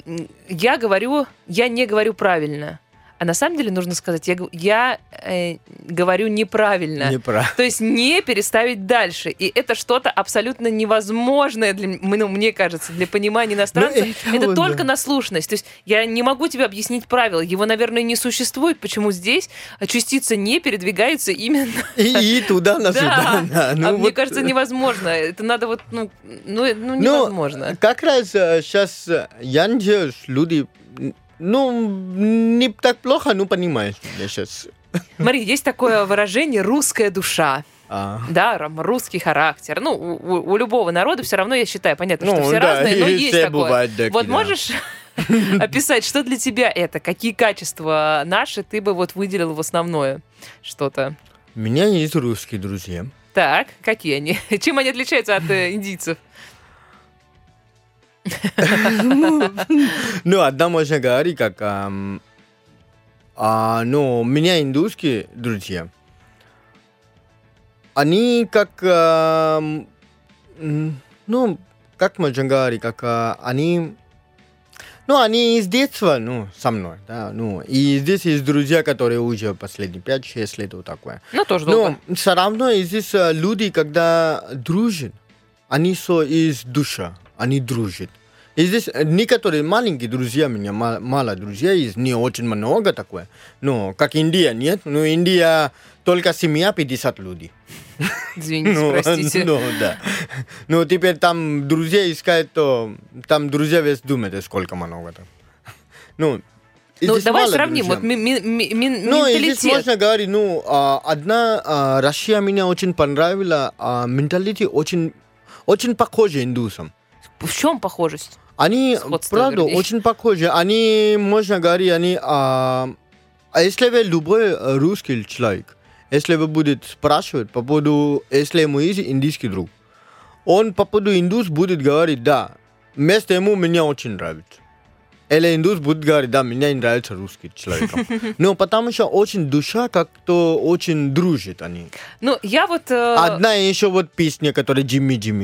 не говорю правильно. А на самом деле нужно сказать, я говорю неправильно. То есть не переставить дальше. И это что-то абсолютно невозможное, мне кажется, для понимания иностранца. Это только наслушанность. То есть я не могу тебе объяснить правила. Его, наверное, не существует. Почему здесь частица «не» передвигается именно... И туда, на сюда. Да. Мне кажется, невозможно. Это надо вот, невозможно. Как раз сейчас я надеюсь, люди... Ну, не так плохо, ну, понимаешь, я сейчас... Смотри, есть такое выражение «русская душа». Да, русский характер. Ну, у любого народа все равно, я считаю, понятно, что все разные, но есть такое. Бывает, так, вот да. можешь описать, что для тебя это? Какие качества наши ты бы вот выделил в основное что-то? У меня есть русские друзья. Так, какие они? Чем они отличаются от индийцев? Ну, одна можно говорить, как... у меня индусские друзья. Они как... как можно говорить, как они... они с детства, со мной, да, и здесь есть друзья, которые уже последние 5-6 лет, вот такое. Тоже долго. Но все равно здесь люди, когда дружат, они все из души. Они дружат. И здесь некоторые маленькие друзья, у меня мало друзей, есть не очень много такое. Но как Индия, нет. Но Индия только семья 50 людей. Извините, простите. Да. Теперь там друзей искать, то там друзья весь думают, сколько много там. Давай сравним. Вот менталитет. Здесь можно говорить, одна Россия меня очень понравила, менталитет очень, очень похожа индусам. В чем похожесть? Они, правда, очень похожи. Они, можно говорить, если вы любой русский человек, если вы будете спрашивать по поводу, если ему есть индийский друг, он по поводу индус будет говорить, да, вместо ему меня очень нравится. Или индус будет говорить, да, мне нравится русский человек. Но потому что очень душа как-то очень дружит они. Я вот... Одна еще вот песня, которая Джимми Джимми. Как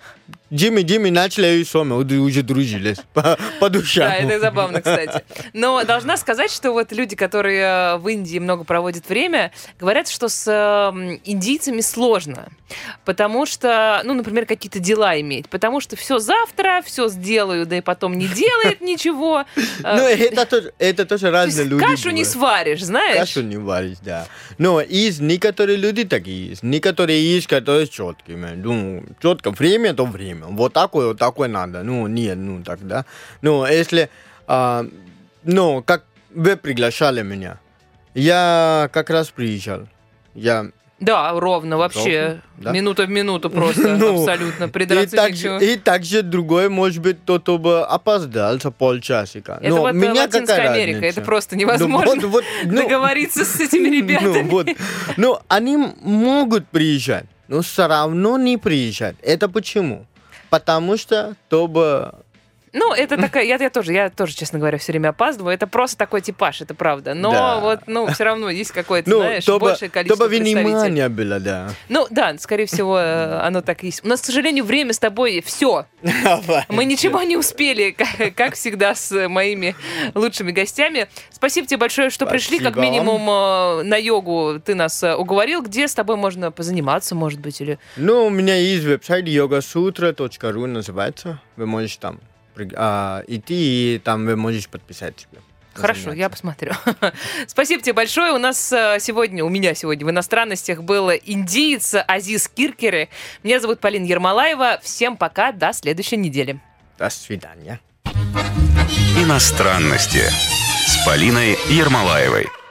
Джимми начали и с вами уже дружили по душам. Да, это забавно, кстати. Но должна сказать, что вот люди, которые в Индии много проводят время, говорят, что с индийцами сложно. Потому что, ну, например, какие-то дела иметь. Потому что все завтра, все сделаю, да и потом не делает ничего. Ну, это тоже разные люди. Кашу не сваришь, знаешь? Кашу не варишь, да. Но есть некоторые люди такие есть. Некоторые есть, которые четкие. Ну, четко время, то время. Вот такое надо. Ну, нет, ну, тогда. Ну, если... ну, как вы приглашали меня, я как раз приезжал. Да, ровно, вообще. Да? Минута в минуту просто, абсолютно. Придраться нечего. И также другой, может быть, кто-то бы опоздал за полчасика. Это вот Латинская Америка, это просто невозможно договориться с этими ребятами. Ну, они могут приезжать, но все равно не приезжать. Это почему? Потому что то бы... Ну, это такая, я тоже, честно говоря, все время опаздываю. Это просто такой типаж, это правда. Но да. вот, ну, все равно есть какое-то, знаешь, большее количество представителей. Внимание было, да. Ну, да, скорее всего, оно так и есть. У нас, к сожалению, время с тобой все. Мы ничего не успели, как всегда, с моими лучшими гостями. Спасибо тебе большое, что пришли. Как минимум на йогу ты нас уговорил. Где с тобой можно позаниматься, может быть, или... Ну, у меня есть веб-сайт yogasutra.ru называется. Вы можете там идти, и там вы можете подписать себе. Хорошо, я посмотрю. Спасибо тебе большое. У меня сегодня в иностранностях был индиец Азиз Киркери. Меня зовут Полина Ермолаева. Всем пока, до следующей недели. До свидания. Иностранности с Полиной Ермолаевой.